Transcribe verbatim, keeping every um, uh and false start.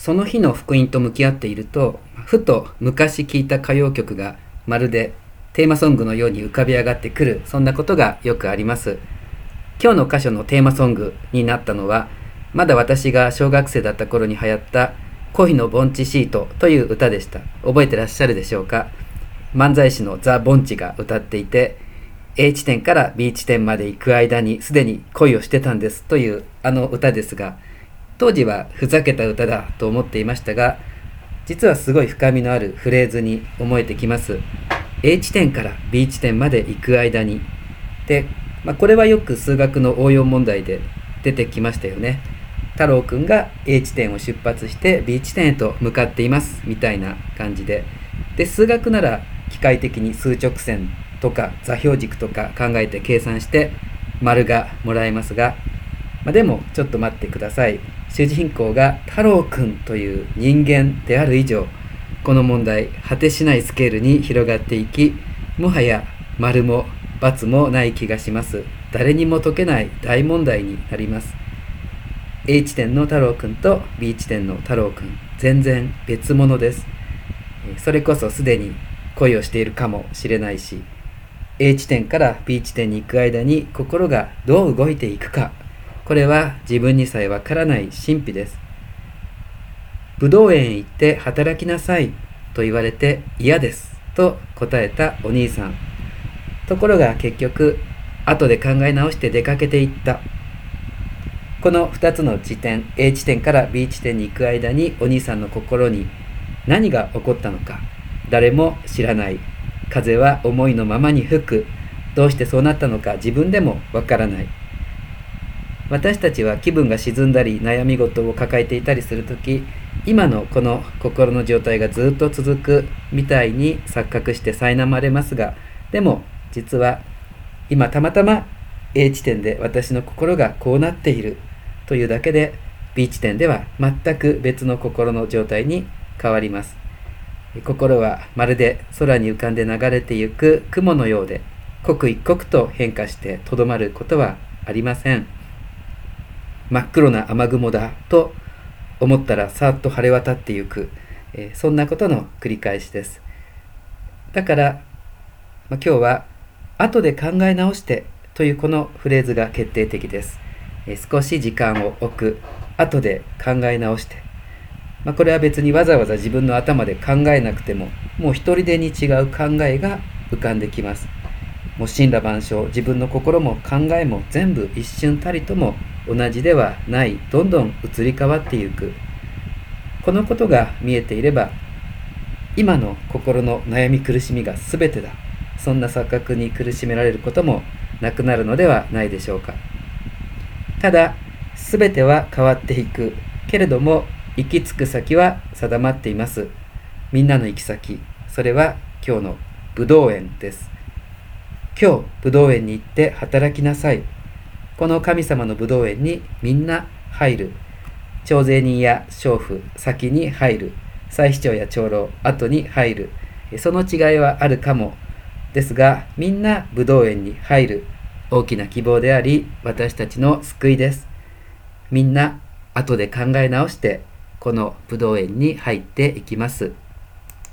その日の福音と向き合っていると、ふと昔聴いた歌謡曲がまるでテーマソングのように浮かび上がってくる、そんなことがよくあります。今日の箇所のテーマソングになったのは、まだ私が小学生だった頃に流行った恋の盆地シートという歌でした。覚えてらっしゃるでしょうか。漫才師のザ・ボンチが歌っていて、A 地点から B 地点まで行く間にすでに恋をしてたんですというあの歌ですが、当時はふざけた歌だと思っていましたが、実はすごい深みのあるフレーズに思えてきます。A 地点から B 地点まで行く間に。で、まあ、これはよく数学の応用問題で出てきましたよね。太郎くんが A 地点を出発して B 地点へと向かっていますみたいな感じで。で、数学なら機械的に数直線とか座標軸とか考えて計算して丸がもらえますが、まあ、でもちょっと待ってください。主人公が太郎くんという人間である以上、この問題果てしないスケールに広がっていき、もはや丸も×もない気がします。誰にも解けない大問題になります。A 地点の太郎くんと B 地点の太郎くん、全然別物です。それこそすでに恋をしているかもしれないし、A 地点から B 地点に行く間に心がどう動いていくか、これは自分にさえわからない神秘です。ぶどう園へ行って働きなさいと言われて嫌ですと答えたお兄さん。ところが結局、後で考え直して出かけていった。このふたつの地点、A 地点から B 地点に行く間にお兄さんの心に何が起こったのか、誰も知らない。風は思いのままに吹く。どうしてそうなったのか自分でもわからない。私たちは気分が沈んだり悩み事を抱えていたりするとき、今のこの心の状態がずっと続くみたいに錯覚して苛まれますが、でも実は今たまたま A 地点で私の心がこうなっているというだけで、 B 地点では全く別の心の状態に変わります。心はまるで空に浮かんで流れてゆく雲のようで、刻一刻と変化してとどまることはありません。真っ黒な雨雲だと思ったらさっと晴れ渡ってゆく、えー、そんなことの繰り返しです。だから、まあ、今日は後で考え直してというこのフレーズが決定的です。えー、少し時間を置く、後で考え直して、まあ、これは別にわざわざ自分の頭で考えなくても、もう一人でに違う考えが浮かんできます。もう森羅万象、自分の心も考えも全部一瞬たりとも同じではない、どんどん移り変わっていく。このことが見えていれば、今の心の悩み苦しみが全てだ、そんな錯覚に苦しめられることもなくなるのではないでしょうか。ただ、全ては変わっていくけれども、行き着く先は定まっています。みんなの行き先、それは今日のぶどう園です。今日ぶどう園に行って働きなさい。この神様のぶどう園にみんな入る。徴税人や娼婦先に入る。祭司長や長老後に入る。その違いはあるかもですが、みんなぶどう園に入る。大きな希望であり、私たちの救いです。みんな後で考え直してこのぶどう園に入っていきます。